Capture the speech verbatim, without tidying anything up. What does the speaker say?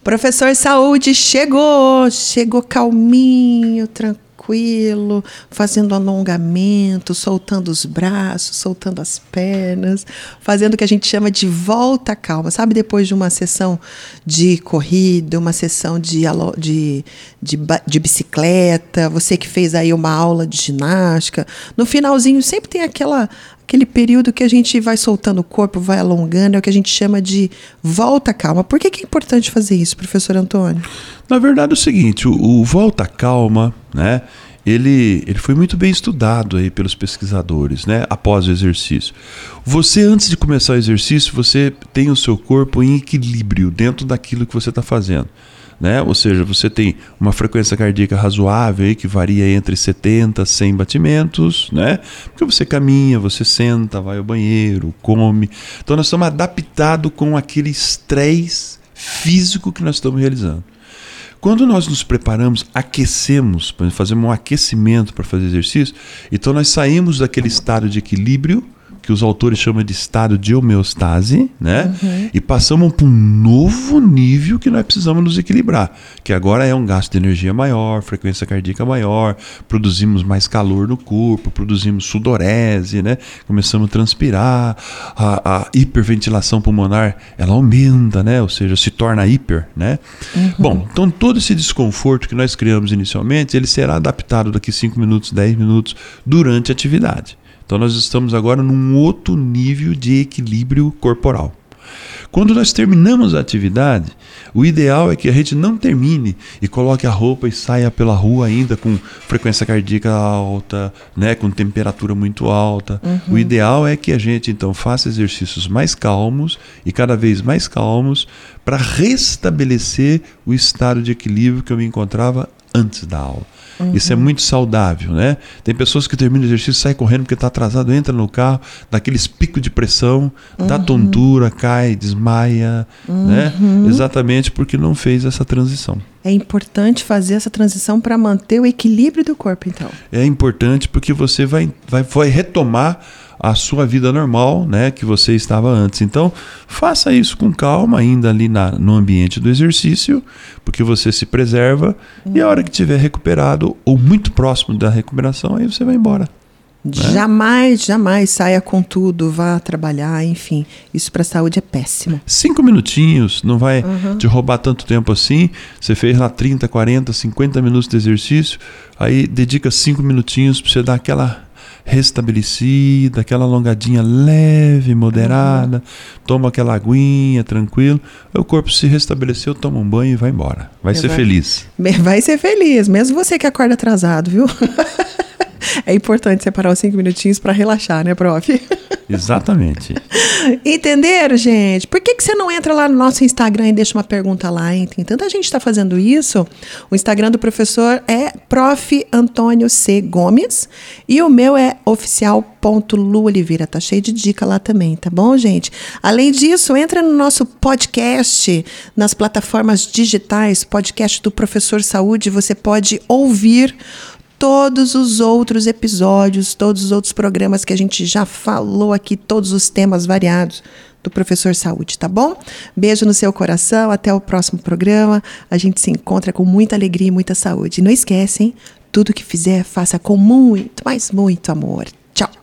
Professor Saúde chegou, chegou calminho, tranquilo, fazendo alongamento, soltando os braços, soltando as pernas, fazendo o que a gente chama de volta calma. Sabe, depois de uma sessão de corrida, uma sessão de, de, de, de bicicleta, você que fez aí uma aula de ginástica, no finalzinho sempre tem aquela... Aquele período que a gente vai soltando o corpo, vai alongando, é o que a gente chama de volta calma. Por que que é importante fazer isso, professor Antônio? Na verdade é o seguinte, o, o volta calma, né, ele, ele foi muito bem estudado aí pelos pesquisadores, né, após o exercício. Você, antes de começar o exercício, você tem o seu corpo em equilíbrio dentro daquilo que você está fazendo. Né? Ou seja, você tem uma frequência cardíaca razoável aí, que varia entre setenta a cem batimentos, né? Porque você caminha, você senta, vai ao banheiro, come. Então nós estamos adaptados com aquele estresse físico que nós estamos realizando. Quando nós nos preparamos, aquecemos, fazemos um aquecimento para fazer exercício, então nós saímos daquele estado de equilíbrio, que os autores chamam de estado de homeostase, né? Uhum. E passamos para um novo nível que nós precisamos nos equilibrar, que agora é um gasto de energia maior, frequência cardíaca maior, produzimos mais calor no corpo, produzimos sudorese, né? Começamos a transpirar, a, a hiperventilação pulmonar, ela aumenta, né? Ou seja, se torna hiper, né? Uhum. Bom, então todo esse desconforto que nós criamos inicialmente, ele será adaptado daqui cinco minutos, dez minutos durante a atividade. Então nós estamos agora num outro nível de equilíbrio corporal. Quando nós terminamos a atividade, o ideal é que a gente não termine e coloque a roupa e saia pela rua ainda com frequência cardíaca alta, né, com temperatura muito alta. Uhum. O ideal é que a gente então faça exercícios mais calmos e cada vez mais calmos para restabelecer o estado de equilíbrio que eu me encontrava antes da aula. Uhum. Isso é muito saudável, né? Tem pessoas que terminam o exercício, saem correndo porque está atrasado, entra no carro, dá aqueles picos de pressão, uhum. dá tontura, cai, desmaia, uhum. né? Exatamente porque não fez essa transição. É importante fazer essa transição para manter o equilíbrio do corpo, então. É importante porque você vai, vai, vai retomar a sua vida normal, né, que você estava antes. Então, faça isso com calma, ainda ali na, no ambiente do exercício, porque você se preserva, uhum. e a hora que estiver recuperado, ou muito próximo da recuperação, aí você vai embora. Né? Jamais, jamais saia com tudo, vá trabalhar, enfim. Isso para a saúde é péssimo. Cinco minutinhos, não vai uhum. te roubar tanto tempo assim. Você fez lá trinta, quarenta, cinquenta minutos de exercício, aí dedica cinco minutinhos para você dar aquela restabelecida, aquela alongadinha leve, moderada, uhum. toma aquela aguinha, tranquilo, o corpo se restabeleceu, toma um banho e vai embora. Vai Eu ser vai... feliz. Vai ser feliz, mesmo você que acorda atrasado, viu? É importante separar os cinco minutinhos para relaxar, né, prof? Exatamente. Entenderam, gente? Por que que você não entra lá no nosso Instagram e deixa uma pergunta lá, hein? Tem tanta gente que está fazendo isso. O Instagram do professor é prof Antônio C. Gomes e o meu é oficial ponto lu oliveira. Tá cheio de dica lá também, tá bom, gente? Além disso, entra no nosso podcast, nas plataformas digitais, podcast do Professor Saúde, você pode ouvir todos os outros episódios, todos os outros programas que a gente já falou aqui, todos os temas variados do Professor Saúde, tá bom? Beijo no seu coração, até o próximo programa. A gente se encontra com muita alegria e muita saúde. Não esquece, hein? Tudo que fizer, faça com muito, mas muito amor. Tchau!